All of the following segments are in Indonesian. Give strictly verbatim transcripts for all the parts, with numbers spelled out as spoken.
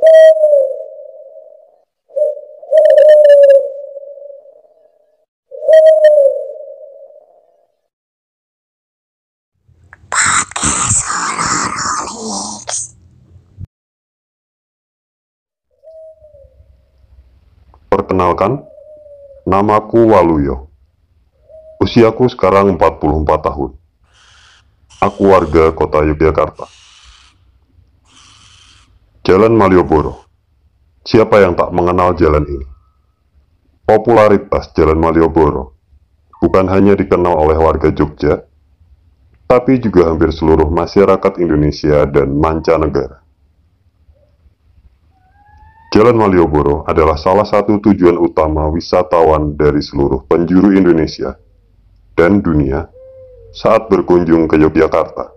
Perkenalkan, namaku Waluyo. Usiaku sekarang empat puluh empat tahun. Aku warga kota Yogyakarta. Jalan Malioboro. Siapa yang tak mengenal jalan ini? Popularitas Jalan Malioboro bukan hanya dikenal oleh warga Jogja, tapi juga hampir seluruh masyarakat Indonesia dan mancanegara. Jalan Malioboro adalah salah satu tujuan utama wisatawan dari seluruh penjuru Indonesia dan dunia saat berkunjung ke Yogyakarta.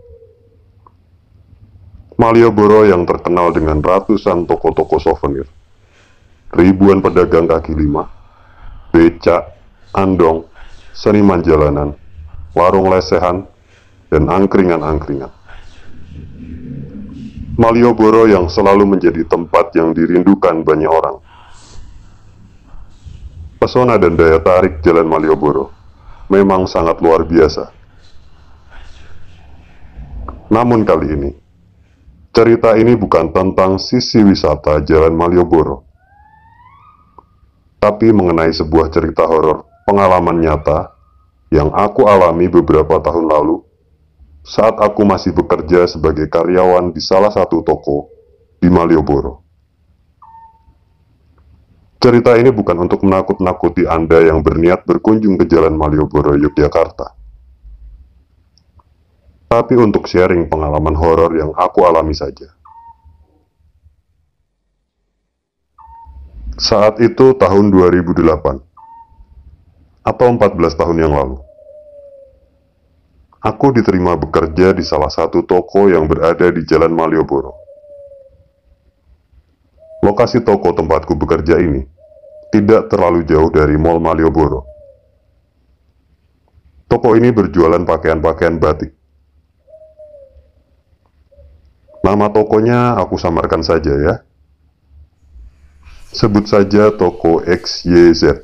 Malioboro yang terkenal dengan ratusan toko-toko souvenir, ribuan pedagang kaki lima, becak, andong, seniman jalanan, warung lesehan, dan angkringan-angkringan. Malioboro yang selalu menjadi tempat yang dirindukan banyak orang. Pesona dan daya tarik Jalan Malioboro memang sangat luar biasa. Namun kali ini, cerita ini bukan tentang sisi wisata Jalan Malioboro, tapi mengenai sebuah cerita horor pengalaman nyata yang aku alami beberapa tahun lalu saat aku masih bekerja sebagai karyawan di salah satu toko di Malioboro. Cerita ini bukan untuk menakut-nakuti Anda yang berniat berkunjung ke Jalan Malioboro, Yogyakarta, tapi untuk sharing pengalaman horor yang aku alami saja. Saat itu tahun dua ribu delapan, atau empat belas tahun yang lalu. Aku diterima bekerja di salah satu toko yang berada di Jalan Malioboro. Lokasi toko tempatku bekerja ini tidak terlalu jauh dari Mall Malioboro. Toko ini berjualan pakaian-pakaian batik. Nama tokonya aku samarkan saja ya. Sebut saja toko X Y Z.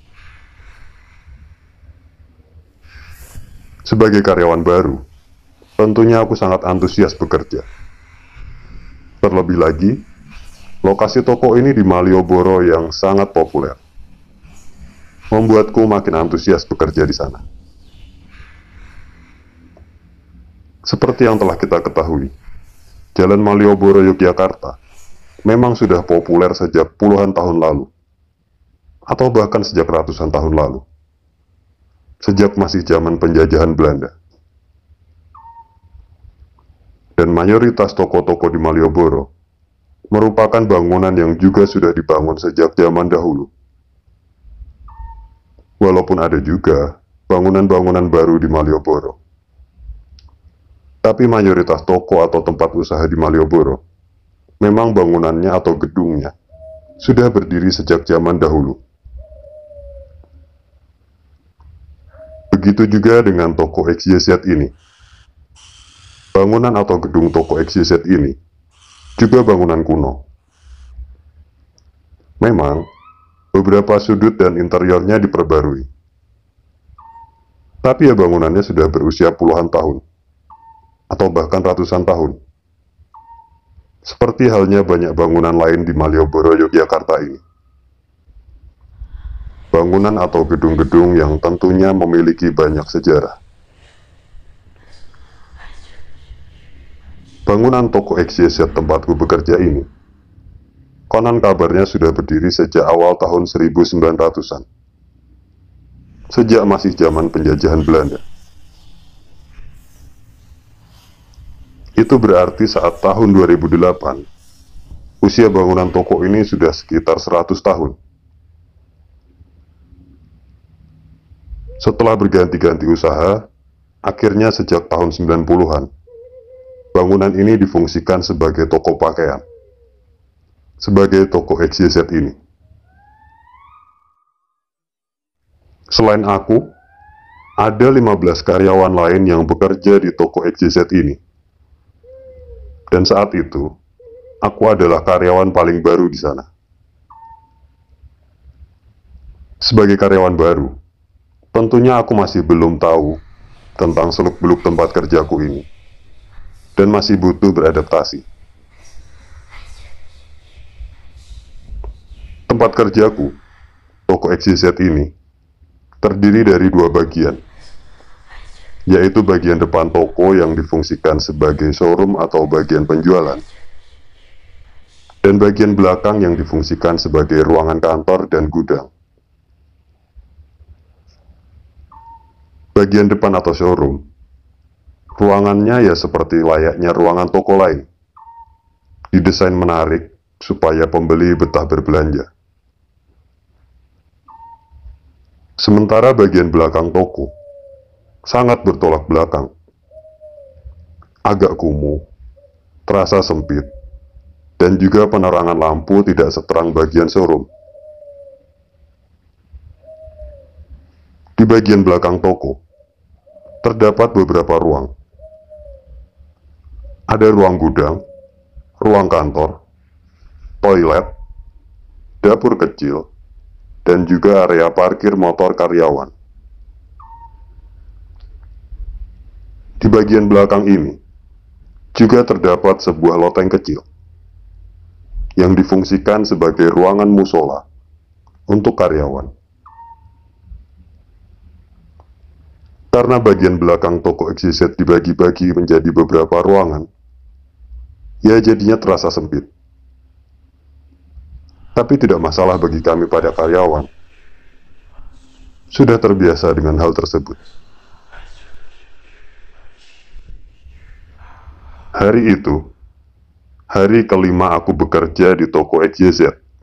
Sebagai karyawan baru, tentunya aku sangat antusias bekerja. Terlebih lagi, lokasi toko ini di Malioboro yang sangat populer, membuatku makin antusias bekerja di sana. Seperti yang telah kita ketahui, Jalan Malioboro Yogyakarta memang sudah populer sejak puluhan tahun lalu, atau bahkan sejak ratusan tahun lalu. Sejak masih zaman penjajahan Belanda. Dan mayoritas toko-toko di Malioboro merupakan bangunan yang juga sudah dibangun sejak zaman dahulu. Walaupun ada juga bangunan-bangunan baru di Malioboro. Tapi mayoritas toko atau tempat usaha di Malioboro memang bangunannya atau gedungnya sudah berdiri sejak zaman dahulu. Begitu juga dengan toko X Y Z ini. Bangunan atau gedung toko X Y Z ini juga bangunan kuno. Memang, beberapa sudut dan interiornya diperbarui. Tapi ya bangunannya sudah berusia puluhan tahun, atau bahkan ratusan tahun. Seperti halnya banyak bangunan lain di Malioboro, Yogyakarta ini. Bangunan atau gedung-gedung yang tentunya memiliki banyak sejarah. Bangunan toko X Y Z tempatku bekerja ini, konon kabarnya sudah berdiri sejak awal tahun seribu sembilan ratusan, sejak masih zaman penjajahan Belanda. Itu berarti saat tahun dua ribu delapan, usia bangunan toko ini sudah sekitar seratus tahun. Setelah berganti-ganti usaha, akhirnya sejak tahun sembilan puluhan, bangunan ini difungsikan sebagai toko pakaian, sebagai toko X Y Z ini. Selain aku, ada lima belas karyawan lain yang bekerja di toko X Y Z ini. Dan saat itu, Aku adalah karyawan paling baru di sana. Sebagai karyawan baru, tentunya aku masih belum tahu tentang seluk-beluk tempat kerjaku ini, dan masih butuh beradaptasi. Tempat kerjaku, toko X Y Z ini, terdiri dari dua bagian, yaitu bagian depan toko yang difungsikan sebagai showroom atau bagian penjualan, dan bagian belakang yang difungsikan sebagai ruangan kantor dan gudang. Bagian depan atau showroom, ruangannya ya seperti layaknya ruangan toko lain, didesain menarik supaya pembeli betah berbelanja. Sementara bagian belakang toko sangat bertolak belakang, agak kumuh, terasa sempit, dan juga penerangan lampu tidak seterang bagian showroom. Di bagian belakang toko, terdapat beberapa ruang. Ada ruang gudang, ruang kantor, toilet, dapur kecil, dan juga area parkir motor karyawan. Di bagian belakang ini, juga terdapat sebuah loteng kecil yang difungsikan sebagai ruangan musola untuk karyawan. Karena bagian belakang toko X Y Z dibagi-bagi menjadi beberapa ruangan, ya jadinya terasa sempit. Tapi tidak masalah bagi kami pada karyawan. Sudah terbiasa dengan hal tersebut. Hari itu, hari kelima aku bekerja di toko X Y Z.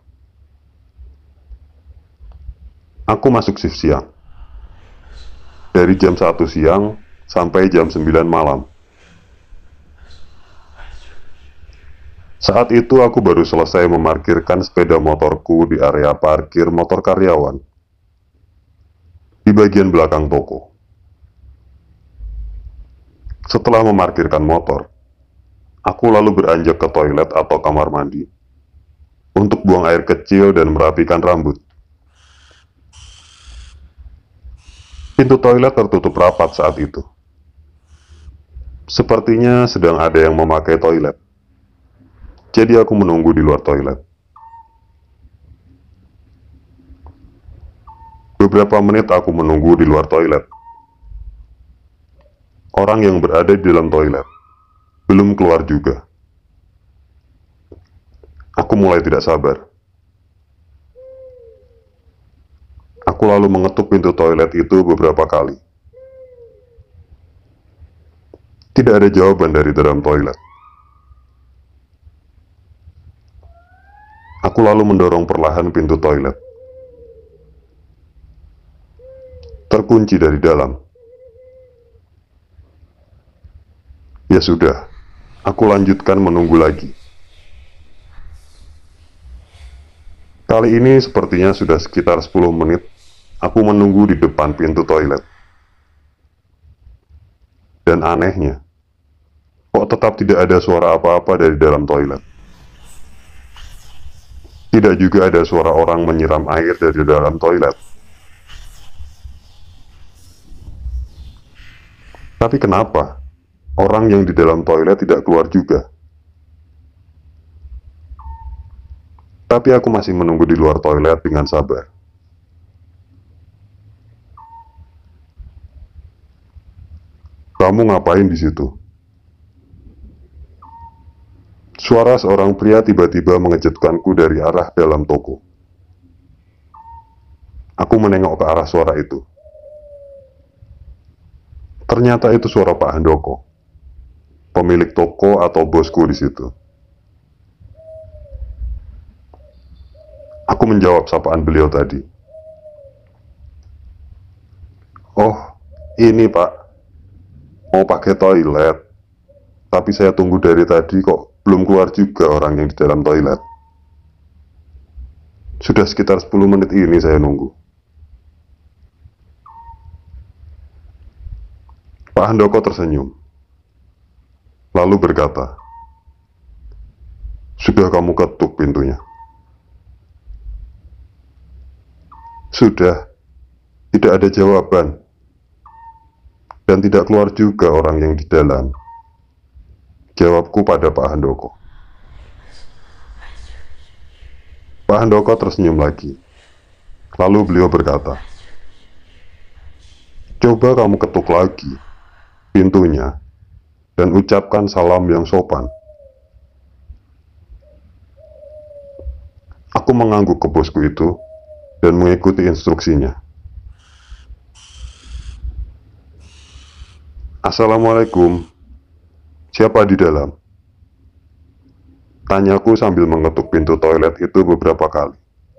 Aku masuk shift siang. Dari jam satu siang sampai jam sembilan malam. Saat itu aku baru selesai memarkirkan sepeda motorku di area parkir motor karyawan di bagian belakang toko. Setelah memarkirkan motor, aku lalu beranjak ke toilet atau kamar mandi untuk buang air kecil dan merapikan rambut. Pintu toilet tertutup rapat saat itu. Sepertinya sedang ada yang memakai toilet. Jadi aku menunggu di luar toilet. Beberapa menit aku menunggu di luar toilet. Orang yang berada di dalam toilet belum keluar juga. Aku mulai tidak sabar. Aku lalu mengetuk pintu toilet itu beberapa kali. Tidak ada jawaban dari dalam toilet. Aku lalu mendorong perlahan pintu toilet. Terkunci dari dalam. Ya sudah, aku lanjutkan menunggu lagi. Kali ini sepertinya sudah sekitar sepuluh menit aku menunggu di depan pintu toilet. Dan anehnya, kok tetap tidak ada suara apa-apa dari dalam toilet. Tidak juga ada suara orang menyiram air dari dalam toilet. Tapi kenapa orang yang di dalam toilet tidak keluar juga? Tapi aku masih menunggu di luar toilet dengan sabar. Kamu ngapain di situ? Suara seorang pria tiba-tiba mengejutkanku dari arah dalam toko. Aku menengok ke arah suara itu. Ternyata itu suara Pak Handoko, pemilik toko atau bosku di situ. Aku menjawab sapaan beliau tadi. Oh, ini Pak. Mau pakai toilet. Tapi saya tunggu dari tadi kok belum keluar juga orang yang di dalam toilet. Sudah sekitar sepuluh menit ini saya nunggu. Pak Handoko tersenyum. Lalu berkata, Sudah kamu ketuk pintunya? Sudah. Tidak ada jawaban. Dan tidak keluar juga orang yang di dalam. Jawabku pada Pak Handoko. Pak Handoko tersenyum lagi. Lalu beliau berkata, "Coba kamu ketuk lagi pintunya dan ucapkan salam yang sopan." Aku mengangguk ke bosku itu dan mengikuti instruksinya. "Assalamualaikum, siapa di dalam?" Tanyaku sambil mengetuk pintu toilet itu beberapa kali.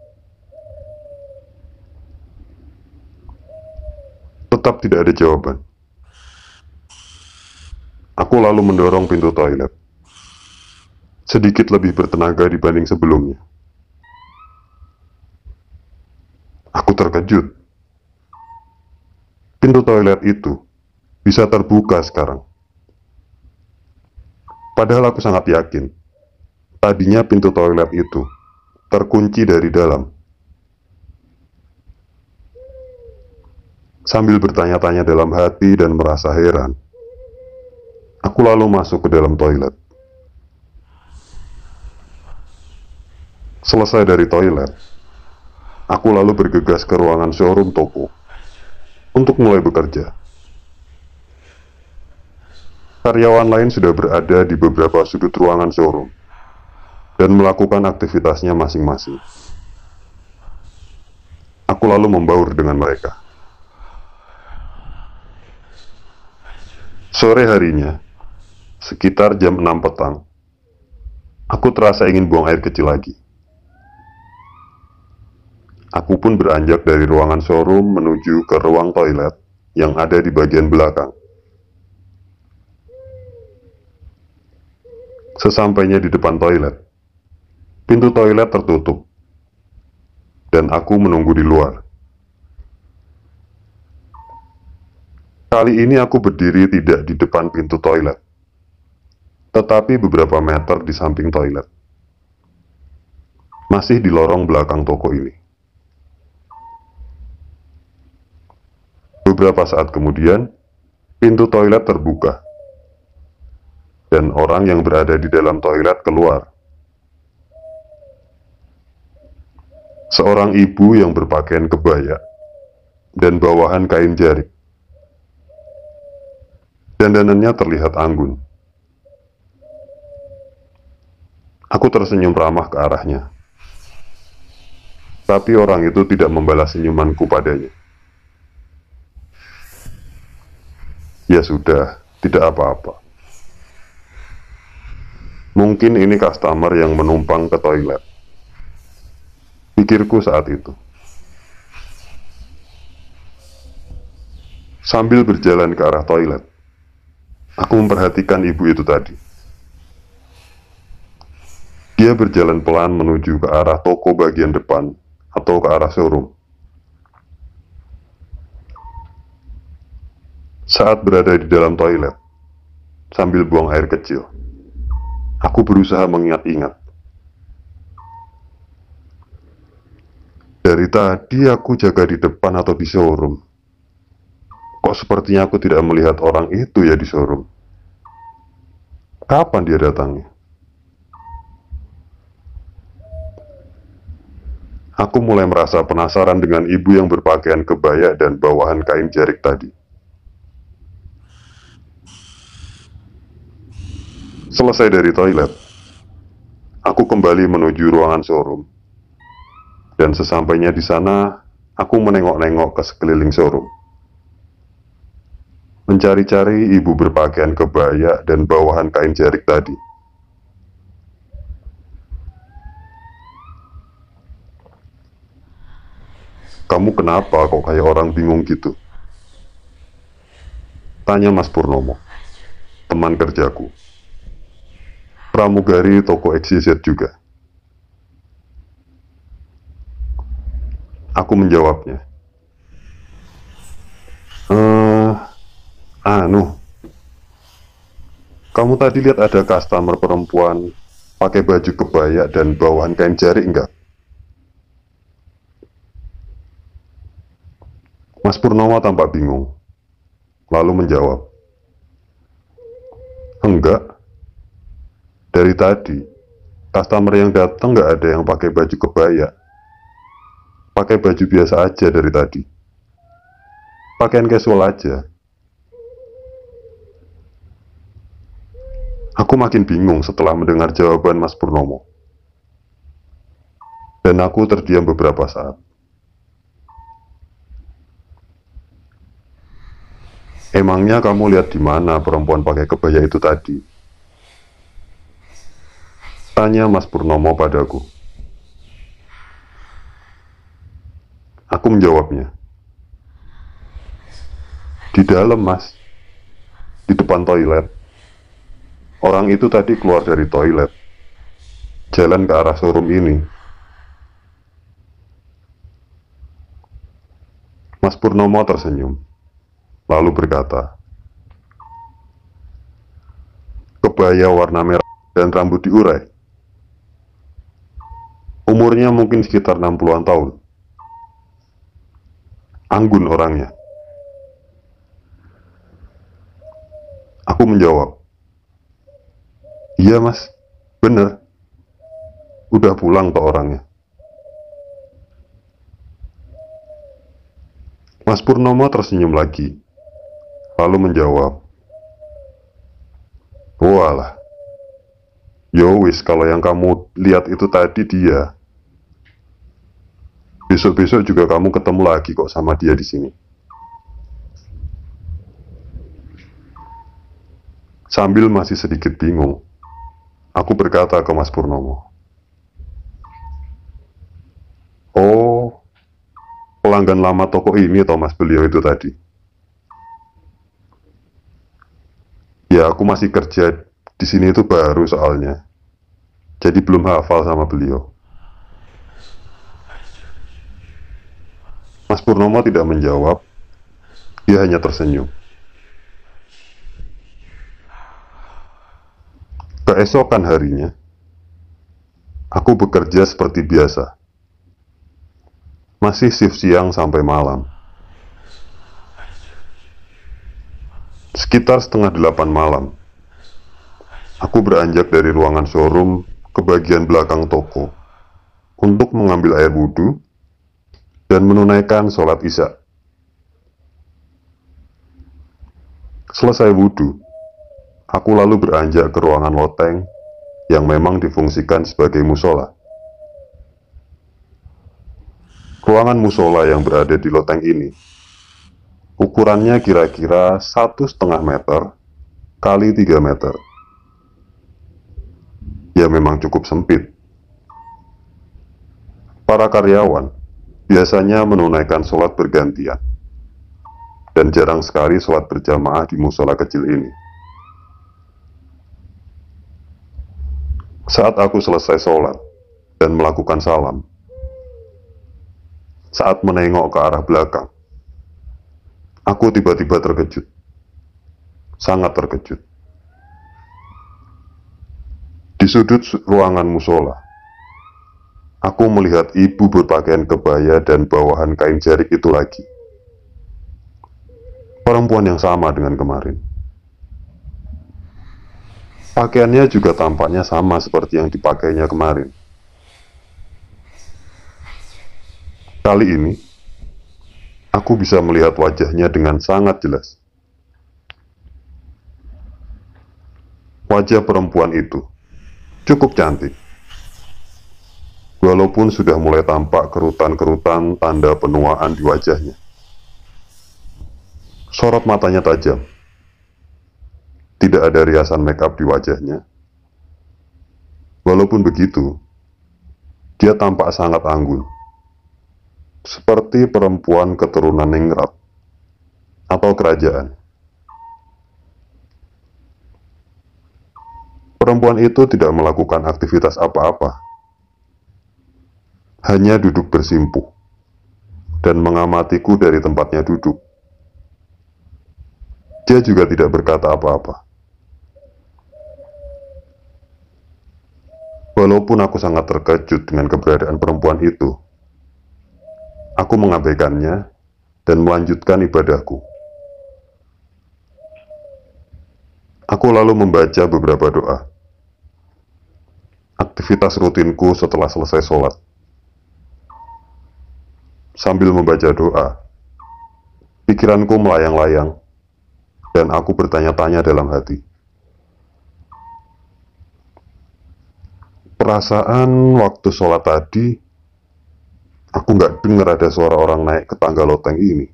Tetap tidak ada jawaban. Aku lalu mendorong pintu toilet. Sedikit lebih bertenaga dibanding sebelumnya. Aku terkejut. Pintu toilet itu bisa terbuka sekarang. Padahal aku sangat yakin, tadinya pintu toilet itu terkunci dari dalam. Sambil bertanya-tanya dalam hati dan merasa heran, aku lalu masuk ke dalam toilet. Selesai dari toilet, aku lalu bergegas ke ruangan showroom toko untuk mulai bekerja. Karyawan lain sudah berada di beberapa sudut ruangan showroom dan melakukan aktivitasnya masing-masing. Aku lalu membaur dengan mereka. Sore harinya, sekitar jam enam petang, aku terasa ingin buang air kecil lagi. Aku pun beranjak dari ruangan showroom menuju ke ruang toilet yang ada di bagian belakang. Sesampainya di depan toilet, pintu toilet tertutup, dan aku menunggu di luar. Kali ini aku berdiri tidak di depan pintu toilet, tetapi beberapa meter di samping toilet. Masih di lorong belakang toko ini. Beberapa saat kemudian, pintu toilet terbuka, dan orang yang berada di dalam toilet keluar. Seorang ibu yang berpakaian kebaya dan bawahan kain jarik. Dandanannya terlihat anggun. Aku tersenyum ramah ke arahnya. Tapi orang itu tidak membalas senyumanku padanya. Ya sudah, tidak apa-apa. Mungkin ini customer yang menumpang ke toilet. Pikirku saat itu. Sambil berjalan ke arah toilet, aku memperhatikan ibu itu tadi. Dia berjalan pelan menuju ke arah toko bagian depan atau ke arah showroom. Saat berada di dalam toilet, sambil buang air kecil, aku berusaha mengingat-ingat. Dari tadi aku jaga di depan atau di showroom. Kok sepertinya aku tidak melihat orang itu ya di showroom. Kapan dia datangnya? Aku mulai merasa penasaran dengan ibu yang berpakaian kebaya dan bawahan kain jarik tadi. Selesai dari toilet, aku kembali menuju ruangan showroom. Dan sesampainya di sana, aku menengok-nengok ke sekeliling showroom. Mencari-cari ibu berpakaian kebaya dan bawahan kain jarik tadi. "Kamu kenapa kok kayak orang bingung gitu?" tanya Mas Purnomo, teman kerjaku. Pramugari toko X Y Z juga. Aku menjawabnya. Eh, anu, kamu tadi lihat ada customer perempuan pakai baju kebaya dan bawahan kain jarik enggak? Mas Purnomo tampak bingung, lalu menjawab, enggak. Dari tadi, customer yang datang nggak ada yang pakai baju kebaya. Pakai baju biasa aja dari tadi. Pakaian casual aja. Aku makin bingung setelah mendengar jawaban Mas Purnomo. Dan aku terdiam beberapa saat. Emangnya kamu lihat di mana perempuan pakai kebaya itu tadi? Tanya Mas Purnomo padaku. Aku menjawabnya. Di dalam, Mas. Di depan toilet. Orang itu tadi keluar dari toilet. Jalan ke arah showroom ini. Mas Purnomo tersenyum. Lalu berkata, kebaya warna merah dan rambut diurai. Umurnya mungkin sekitar enam puluhan tahun. Anggun orangnya. Aku menjawab, iya mas, bener. Udah pulang tuh orangnya. Mas Purnomo tersenyum lagi, lalu menjawab, walah, yowis kalau yang kamu lihat itu tadi dia. Besok-besok juga kamu ketemu lagi kok sama dia di sini. Sambil masih sedikit bingung, aku berkata ke Mas Purnomo, oh, pelanggan lama toko ini toh mas beliau itu tadi. Ya aku masih kerja di sini itu baru soalnya. Jadi belum hafal sama beliau. Mas Purnomo tidak menjawab. Dia hanya tersenyum. Keesokan harinya, aku bekerja seperti biasa. Masih shift siang sampai malam. Sekitar setengah delapan malam, aku beranjak dari ruangan showroom ke bagian belakang toko untuk mengambil air wudhu dan menunaikan sholat isya. Selesai wudhu, aku lalu beranjak ke ruangan loteng yang memang difungsikan sebagai musola. Ruangan musola yang berada di loteng ini, ukurannya kira-kira satu setengah meter kali tiga meter. Ya memang cukup sempit. Para karyawan biasanya menunaikan sholat bergantian, dan jarang sekali sholat berjamaah di musola kecil ini. Saat aku selesai sholat dan melakukan salam, saat menengok ke arah belakang, aku tiba-tiba terkejut. Sangat terkejut. Di sudut ruangan musola, aku melihat ibu berpakaian kebaya dan bawahan kain jarik itu lagi. Perempuan yang sama dengan kemarin. Pakaiannya juga tampaknya sama seperti yang dipakainya kemarin. Kali ini, aku bisa melihat wajahnya dengan sangat jelas. Wajah perempuan itu cukup cantik. Walaupun sudah mulai tampak kerutan-kerutan tanda penuaan di wajahnya. Sorot matanya tajam. Tidak ada riasan make up di wajahnya. Walaupun begitu, dia tampak sangat anggun. Seperti perempuan keturunan ningrat atau kerajaan. Perempuan itu tidak melakukan aktivitas apa-apa. Hanya duduk bersimpuh dan mengamatiku dari tempatnya duduk. Dia juga tidak berkata apa-apa. Walaupun aku sangat terkejut dengan keberadaan perempuan itu, aku mengabaikannya dan melanjutkan ibadahku. Aku lalu membaca beberapa doa. Aktivitas rutinku setelah selesai sholat. Sambil membaca doa, pikiranku melayang-layang dan aku bertanya-tanya dalam hati. Perasaan waktu sholat tadi, aku nggak dengar ada suara orang naik ke tangga loteng ini.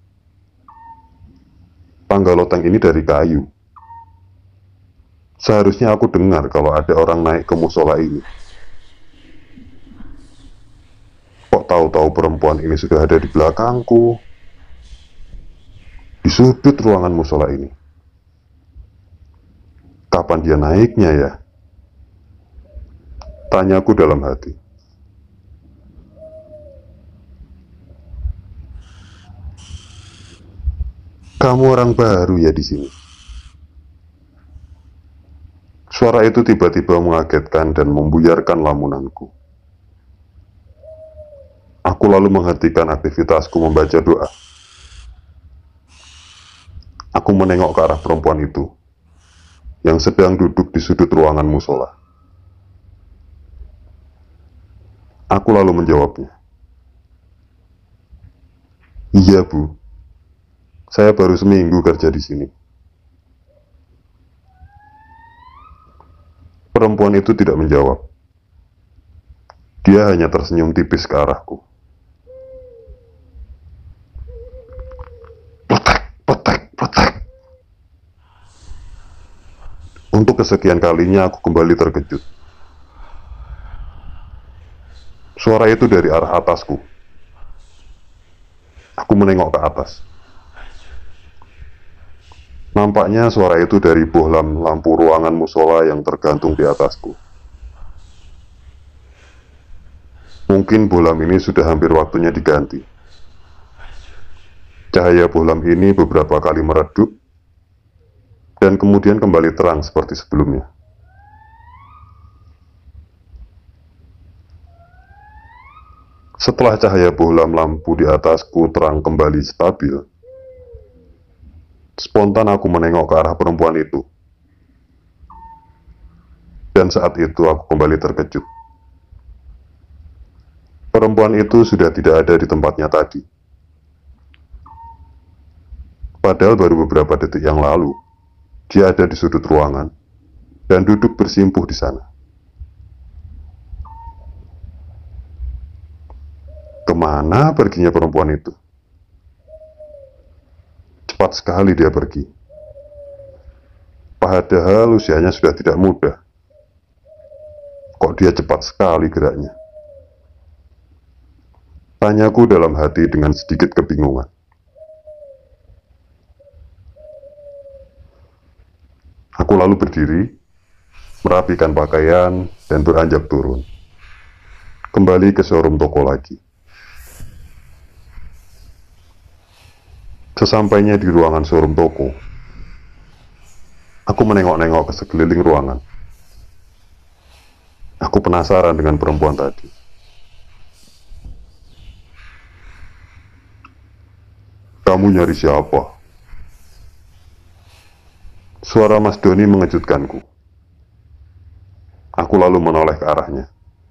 Tangga loteng ini dari kayu. Seharusnya aku dengar kalau ada orang naik ke musola ini. Kok tahu-tahu perempuan ini sudah ada di belakangku, di sudut ruangan musola ini. Kapan dia naiknya ya? Tanyaku dalam hati. Kamu orang baru ya di sini? Suara itu tiba-tiba mengagetkan dan membuyarkan lamunanku. Aku lalu menghentikan aktivitasku membaca doa. Aku menengok ke arah perempuan itu yang sedang duduk di sudut ruangan musola. Aku lalu menjawabnya. Iya bu, saya baru seminggu kerja di sini. Perempuan itu tidak menjawab. Dia hanya tersenyum tipis ke arahku. Petek, petek, petek. Untuk kesekian kalinya aku kembali terkejut. Suara itu dari arah atasku. Aku menengok ke atas. Nampaknya suara itu dari bohlam lampu ruangan musola yang tergantung di atasku. Mungkin bohlam ini sudah hampir waktunya diganti. Cahaya bohlam ini beberapa kali meredup dan kemudian kembali terang seperti sebelumnya. Setelah cahaya bohlam lampu di atasku terang kembali stabil, spontan aku menengok ke arah perempuan itu. Dan saat itu aku kembali terkejut. Perempuan itu sudah tidak ada di tempatnya tadi. Padahal baru beberapa detik yang lalu, dia ada di sudut ruangan dan duduk bersimpuh di sana. Kemana perginya perempuan itu? Cepat sekali dia pergi. Padahal usianya sudah tidak muda. Kok dia cepat sekali geraknya? Tanyaku dalam hati dengan sedikit kebingungan. Aku lalu berdiri, merapikan pakaian, dan beranjak turun. Kembali ke showroom toko lagi. Sesampainya di ruangan showroom toko, aku menengok-nengok ke sekeliling ruangan. Aku penasaran dengan perempuan tadi. Kamu nyari siapa? Suara Mas Doni mengejutkanku. Aku lalu menoleh ke arahnya.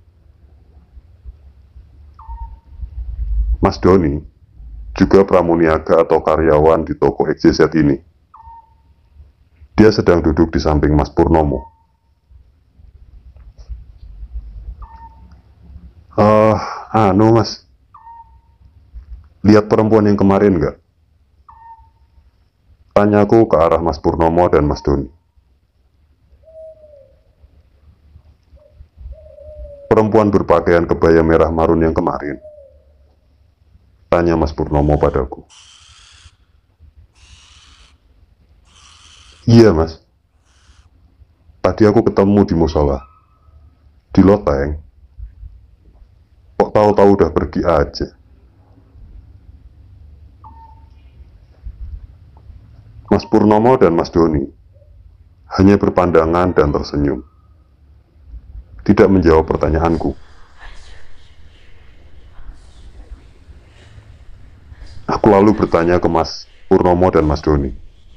Mas Doni juga pramuniaga atau karyawan di toko X Y Z ini. Dia sedang duduk di samping Mas Purnomo. Eh, uh, anu mas, lihat perempuan yang kemarin nggak? Tanyaku ke arah Mas Purnomo dan Mas Doni. Perempuan berpakaian kebaya merah marun yang kemarin? Tanya Mas Purnomo padaku. Iya mas, tadi aku ketemu di musola, di loteng. Kok tahu-tahu udah pergi aja. Mas Purnomo dan Mas Doni hanya berpandangan dan tersenyum. tidak menjawab pertanyaanku. Aku lalu bertanya ke Mas Purnomo dan Mas Doni.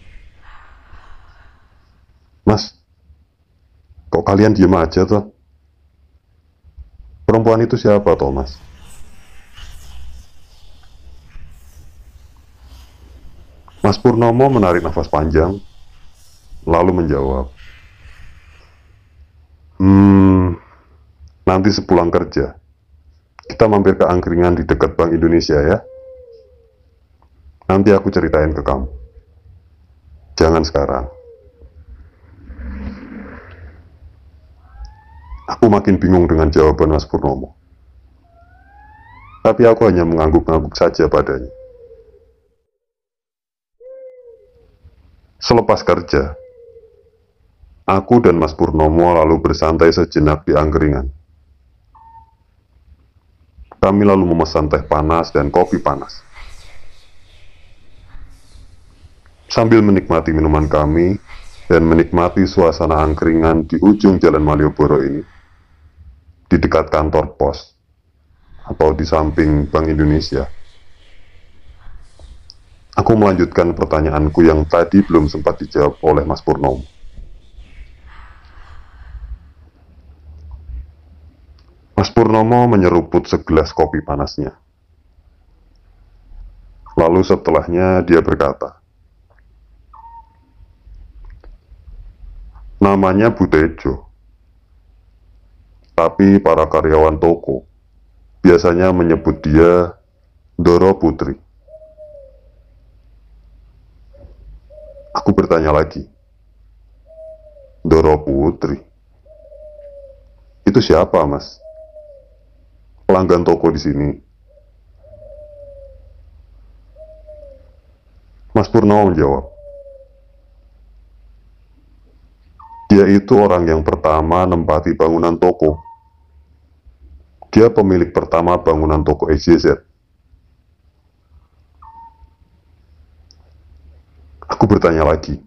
Mas, kok kalian diem aja toh? Perempuan itu siapa toh, Mas? Mas Purnomo menarik nafas panjang, lalu menjawab, Hmm, nanti sepulang kerja, kita mampir ke angkringan di dekat Bank Indonesia ya. Nanti aku ceritain ke kamu. Jangan sekarang. Aku makin bingung dengan jawaban Mas Purnomo. Tapi aku hanya mengangguk-angguk saja padanya. Selepas kerja, aku dan Mas Purnomo lalu bersantai sejenak di angkringan. Kami lalu memesan teh panas dan kopi panas. Sambil menikmati minuman kami dan menikmati suasana angkringan di ujung Jalan Malioboro ini, di dekat kantor pos atau di samping Bank Indonesia, aku melanjutkan pertanyaanku yang tadi belum sempat dijawab oleh Mas Purnomo. Mas Purnomo menyeruput segelas kopi panasnya. Lalu setelahnya dia berkata, namanya Bu Tejo, tapi para karyawan toko biasanya menyebut dia Doro Putri. Aku bertanya lagi, Doro Putri? Itu siapa, Mas? Pelanggan toko di sini. Mas Purnomo menjawab, dia itu orang yang pertama nempati bangunan toko. Dia pemilik pertama bangunan toko X Y Z. Aku bertanya lagi,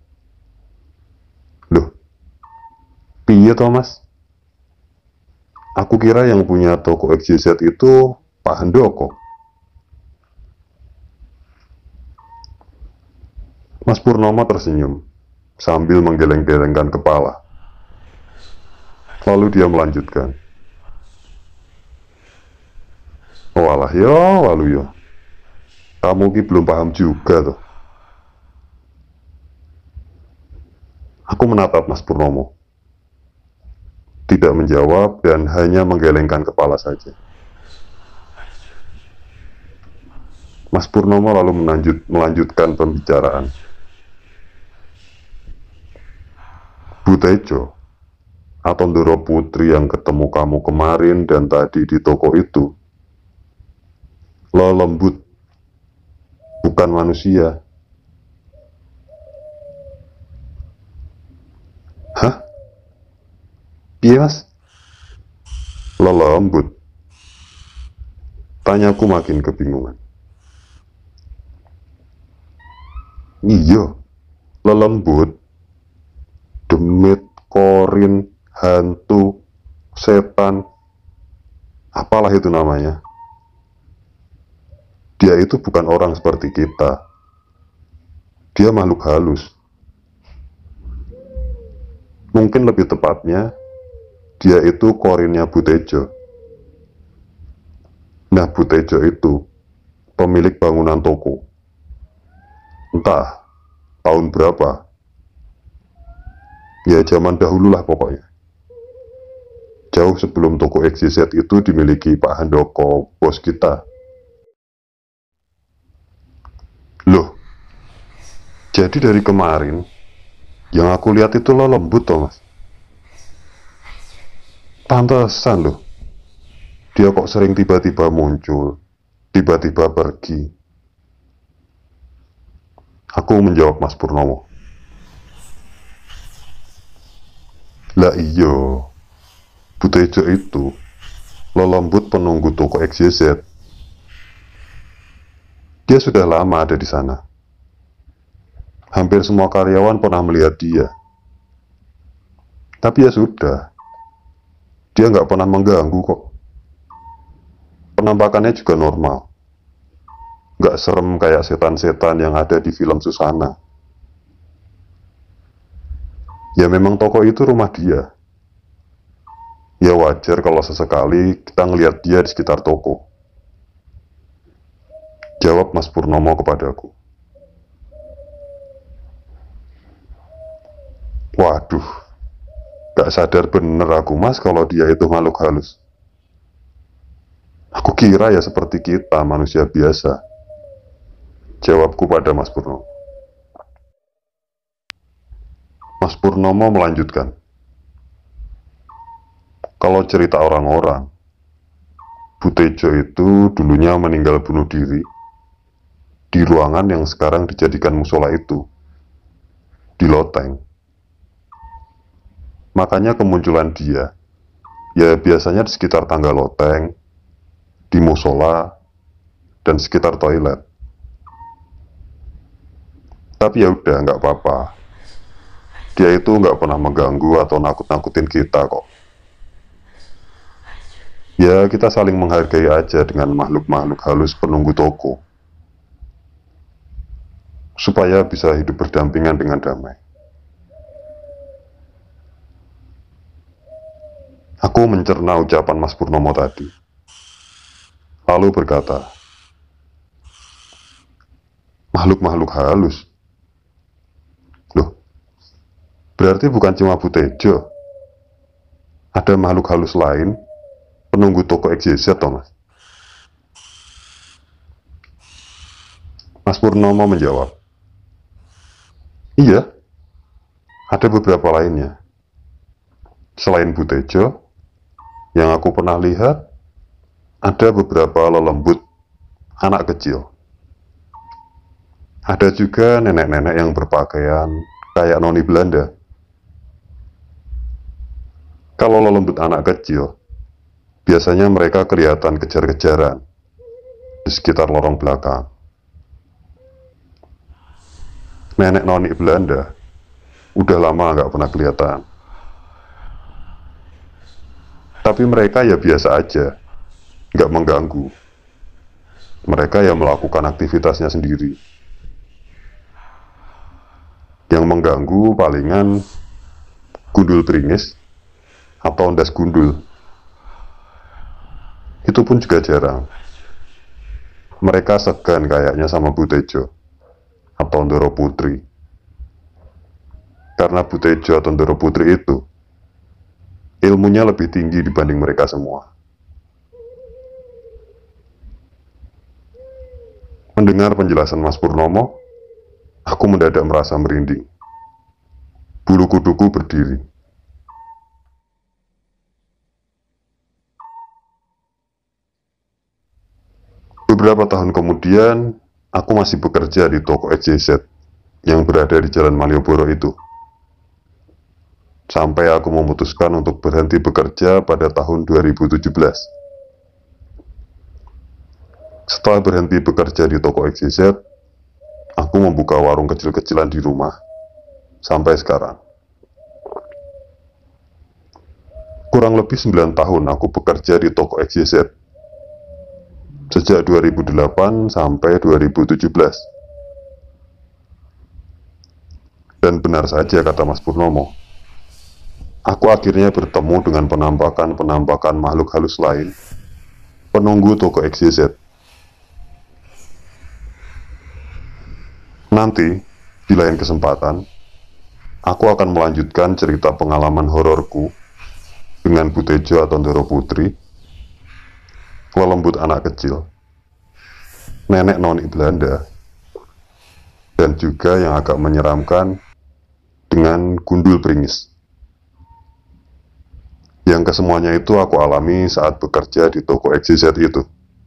loh, piye toh, Mas? Aku kira yang punya toko X Y Z itu Pak Handoko. Mas Purnomo tersenyum sambil menggeleng-gelengkan kepala. Lalu dia melanjutkan, walah yo, walu yo, kamu ki belum paham juga tuh. Aku menatap Mas Purnomo, tidak menjawab dan hanya menggelengkan kepala saja. Mas Purnomo lalu melanjut, melanjutkan pembicaraan. Bu Tejo atau Doro Putri yang ketemu kamu kemarin dan tadi di toko itu, lo lembut, bukan manusia. Hah? Iya, Mas? Lo lembut? Tanyaku makin kebingungan. Iya, lo lembut, demit, korin, hantu, setan, apalah itu namanya. Dia itu bukan orang seperti kita. Dia makhluk halus. Mungkin lebih tepatnya, dia itu korinnya Bu Tejo. Nah, Bu Tejo itu pemilik bangunan toko. Entah tahun berapa. Ya zaman dahulu lah pokoknya. Jauh sebelum toko X Y Z itu dimiliki Pak Handoko, bos kita. Loh, jadi dari kemarin yang aku lihat itu lo lembut toh, Mas? Pantesan loh, dia kok sering tiba-tiba muncul, tiba-tiba pergi. Aku menjawab Mas Purnomo, lah iyo, Bu Tejo itu lo lembut penunggu toko X Y Z. Dia sudah lama ada di sana. Hampir semua karyawan pernah melihat dia. Tapi ya sudah, Dia nggak pernah mengganggu kok. Penampakannya juga normal. Nggak serem kayak setan-setan yang ada di film Susana. Ya memang toko itu rumah dia. Ya wajar kalau sesekali kita ngelihat dia di sekitar toko. Jawab Mas Purnomo kepadaku. Waduh, gak sadar bener aku mas kalau dia itu makhluk halus. Aku kira ya seperti kita manusia biasa. Jawabku pada Mas Purnomo. Mas Purnomo melanjutkan. Kalau cerita orang-orang, Bu Tejo itu dulunya meninggal bunuh diri di ruangan yang sekarang dijadikan musola itu, di loteng. Makanya kemunculan dia, ya biasanya di sekitar tangga loteng, di musola, dan sekitar toilet. Tapi ya udah, nggak apa-apa. Dia itu nggak pernah mengganggu atau nakut-nakutin kita kok. Ya kita saling menghargai aja dengan makhluk-makhluk halus penunggu toko, supaya bisa hidup berdampingan dengan damai. Aku mencerna ucapan Mas Purnomo tadi, lalu berkata, makhluk-makhluk halus? Loh, berarti bukan cuma Bu Tejo, ada makhluk halus lain penunggu toko X Y Z toh mas? Mas Purnomo menjawab, iya, ada beberapa lainnya. Selain Bu Tejo, yang aku pernah lihat, ada beberapa lelembut anak kecil. Ada juga nenek-nenek yang berpakaian kayak noni Belanda. Kalau lelembut anak kecil, biasanya mereka kelihatan kejar-kejaran di sekitar lorong belakang. Nenek noni Belanda udah lama nggak pernah kelihatan. Tapi mereka ya biasa aja, nggak mengganggu. Mereka ya melakukan aktivitasnya sendiri. Yang mengganggu palingan gundul beringis atau ndas gundul. Itu pun juga jarang. Mereka segan kayaknya sama Bu Tejo atau Ndoro Putri. Karena Bu Tejo atau Ndoro Putri itu ilmunya lebih tinggi dibanding mereka semua. Mendengar penjelasan Mas Purnomo, aku mendadak merasa merinding. Bulu kuduku berdiri. Beberapa tahun kemudian, aku masih bekerja di toko X Y Z yang berada di Jalan Malioboro itu. Sampai aku memutuskan untuk berhenti bekerja pada tahun dua ribu tujuh belas. Setelah berhenti bekerja di toko X Y Z, aku membuka warung kecil-kecilan di rumah, sampai sekarang. Kurang lebih sembilan tahun aku bekerja di toko X Y Z, sejak dua ribu delapan sampai dua ribu tujuh belas. Dan benar saja kata Mas Purnomo, aku akhirnya bertemu dengan penampakan-penampakan makhluk halus lain, penunggu toko X Y Z. Nanti, di lain kesempatan, aku akan melanjutkan cerita pengalaman hororku dengan Bu Tejo atau Ndoro Putri, lelembut anak kecil, nenek noni Belanda, dan juga yang agak menyeramkan dengan gundul beringis. Yang kesemuanya itu aku alami saat bekerja di toko X Y Z itu.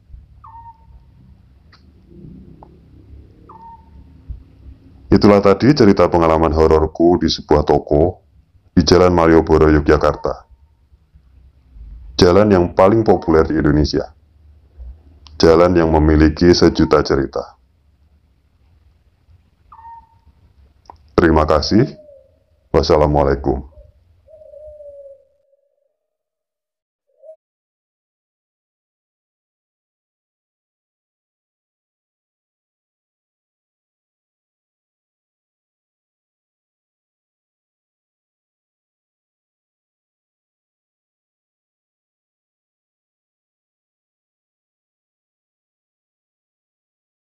Itulah tadi cerita pengalaman hororku di sebuah toko di Jalan Malioboro, Yogyakarta. Jalan yang paling populer di Indonesia. Jalan yang memiliki sejuta cerita. Terima kasih. Wassalamualaikum.